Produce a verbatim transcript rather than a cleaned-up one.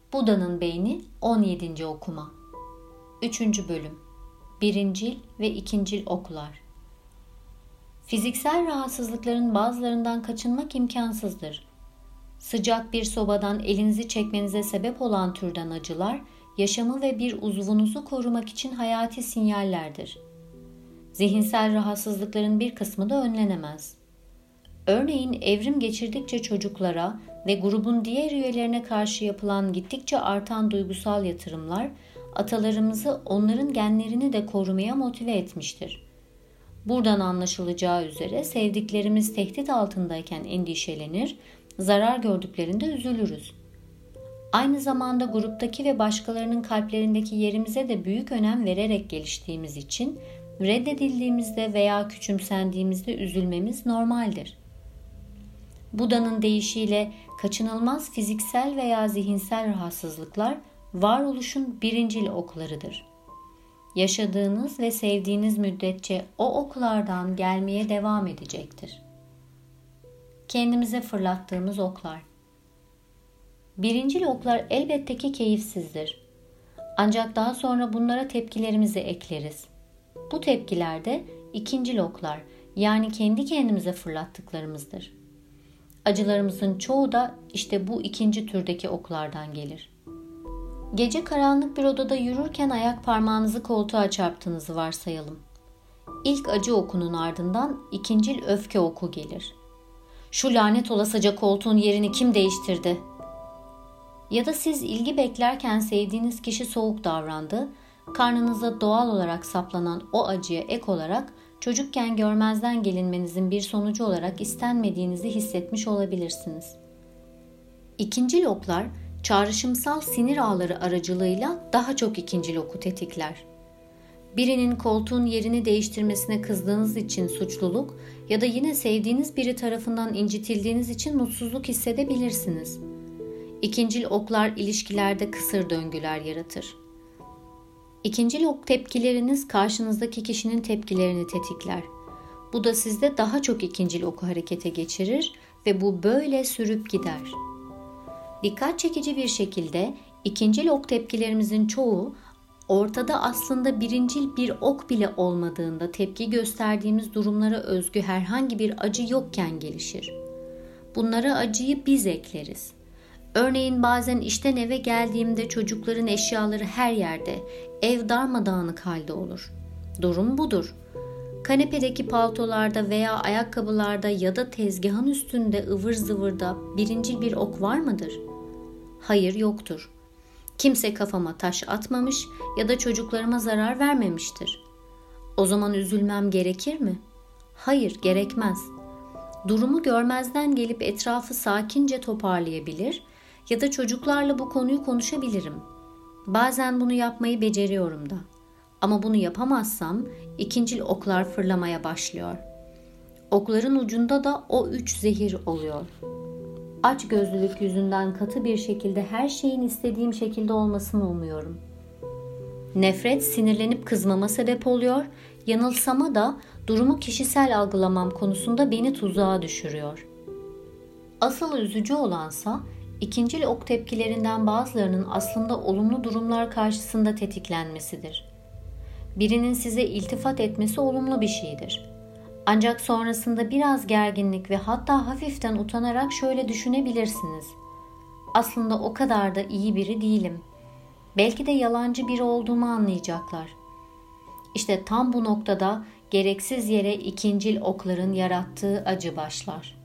Buda'nın Beyni on yedinci okuma. üçüncü bölüm. Birincil ve ikincil oklar. Fiziksel rahatsızlıkların bazılarından kaçınmak imkansızdır. Sıcak bir sobadan elinizi çekmenize sebep olan türden acılar, yaşamı ve bir uzvunuzu korumak için hayati sinyallerdir. Zihinsel rahatsızlıkların bir kısmı da önlenemez. Örneğin evrim geçirdikçe çocuklara ve grubun diğer üyelerine karşı yapılan gittikçe artan duygusal yatırımlar, atalarımızı onların genlerini de korumaya motive etmiştir. Buradan anlaşılacağı üzere sevdiklerimiz tehdit altındayken endişelenir, zarar gördüklerinde üzülürüz. Aynı zamanda gruptaki ve başkalarının kalplerindeki yerimize de büyük önem vererek geliştiğimiz için reddedildiğimizde veya küçümsendiğimizde üzülmemiz normaldir. Buda'nın deyişiyle kaçınılmaz fiziksel veya zihinsel rahatsızlıklar varoluşun birincil oklarıdır. Yaşadığınız ve sevdiğiniz müddetçe o oklardan gelmeye devam edecektir. Kendimize fırlattığımız oklar. Birincil oklar elbette ki keyifsizdir. Ancak daha sonra bunlara tepkilerimizi ekleriz. Bu tepkiler de ikincil oklar, yani kendi kendimize fırlattıklarımızdır. Acılarımızın çoğu da işte bu ikinci türdeki oklardan gelir. Gece karanlık bir odada yürürken ayak parmağınızı koltuğa çarptığınızı varsayalım. İlk acı okunun ardından ikincil öfke oku gelir. Şu lanet olasıca koltuğun yerini kim değiştirdi? Ya da siz ilgi beklerken sevdiğiniz kişi soğuk davrandı, karnınıza doğal olarak saplanan o acıya ek olarak çocukken görmezden gelinmenizin bir sonucu olarak istenmediğinizi hissetmiş olabilirsiniz. İkincil oklar, çağrışımsal sinir ağları aracılığıyla daha çok ikincil oku tetikler. Birinin koltuğun yerini değiştirmesine kızdığınız için suçluluk ya da yine sevdiğiniz biri tarafından incitildiğiniz için mutsuzluk hissedebilirsiniz. İkincil oklar ilişkilerde kısır döngüler yaratır. İkincil ok tepkileriniz karşınızdaki kişinin tepkilerini tetikler. Bu da sizde daha çok ikincil oku harekete geçirir ve bu böyle sürüp gider. Dikkat çekici bir şekilde ikincil ok tepkilerimizin çoğu ortada aslında birincil bir ok bile olmadığında tepki gösterdiğimiz durumlara özgü herhangi bir acı yokken gelişir. Bunlara acıyı biz ekleriz. Örneğin bazen işten eve geldiğimde çocukların eşyaları her yerde, ev darmadağınık halde olur. Durum budur. Kanepedeki paltolarda veya ayakkabılarda ya da tezgahın üstünde ıvır zıvırda birincil bir ok var mıdır? Hayır, yoktur. Kimse kafama taş atmamış ya da çocuklarıma zarar vermemiştir. O zaman üzülmem gerekir mi? Hayır, gerekmez. Durumu görmezden gelip etrafı sakince toparlayabilir ya da çocuklarla bu konuyu konuşabilirim. Bazen bunu yapmayı beceriyorum da. Ama bunu yapamazsam ikincil oklar fırlamaya başlıyor. Okların ucunda da o üç zehir oluyor. Açgözlülük yüzünden katı bir şekilde her şeyin istediğim şekilde olmasını umuyorum. Nefret sinirlenip kızmama sebep oluyor, yanılsama da durumu kişisel algılamam konusunda beni tuzağa düşürüyor. Asıl üzücü olansa ikincil ok tepkilerinden bazılarının aslında olumlu durumlar karşısında tetiklenmesidir. Birinin size iltifat etmesi olumlu bir şeydir. Ancak sonrasında biraz gerginlik ve hatta hafiften utanarak şöyle düşünebilirsiniz. Aslında o kadar da iyi biri değilim. Belki de yalancı biri olduğumu anlayacaklar. İşte tam bu noktada gereksiz yere ikincil okların yarattığı acı başlar.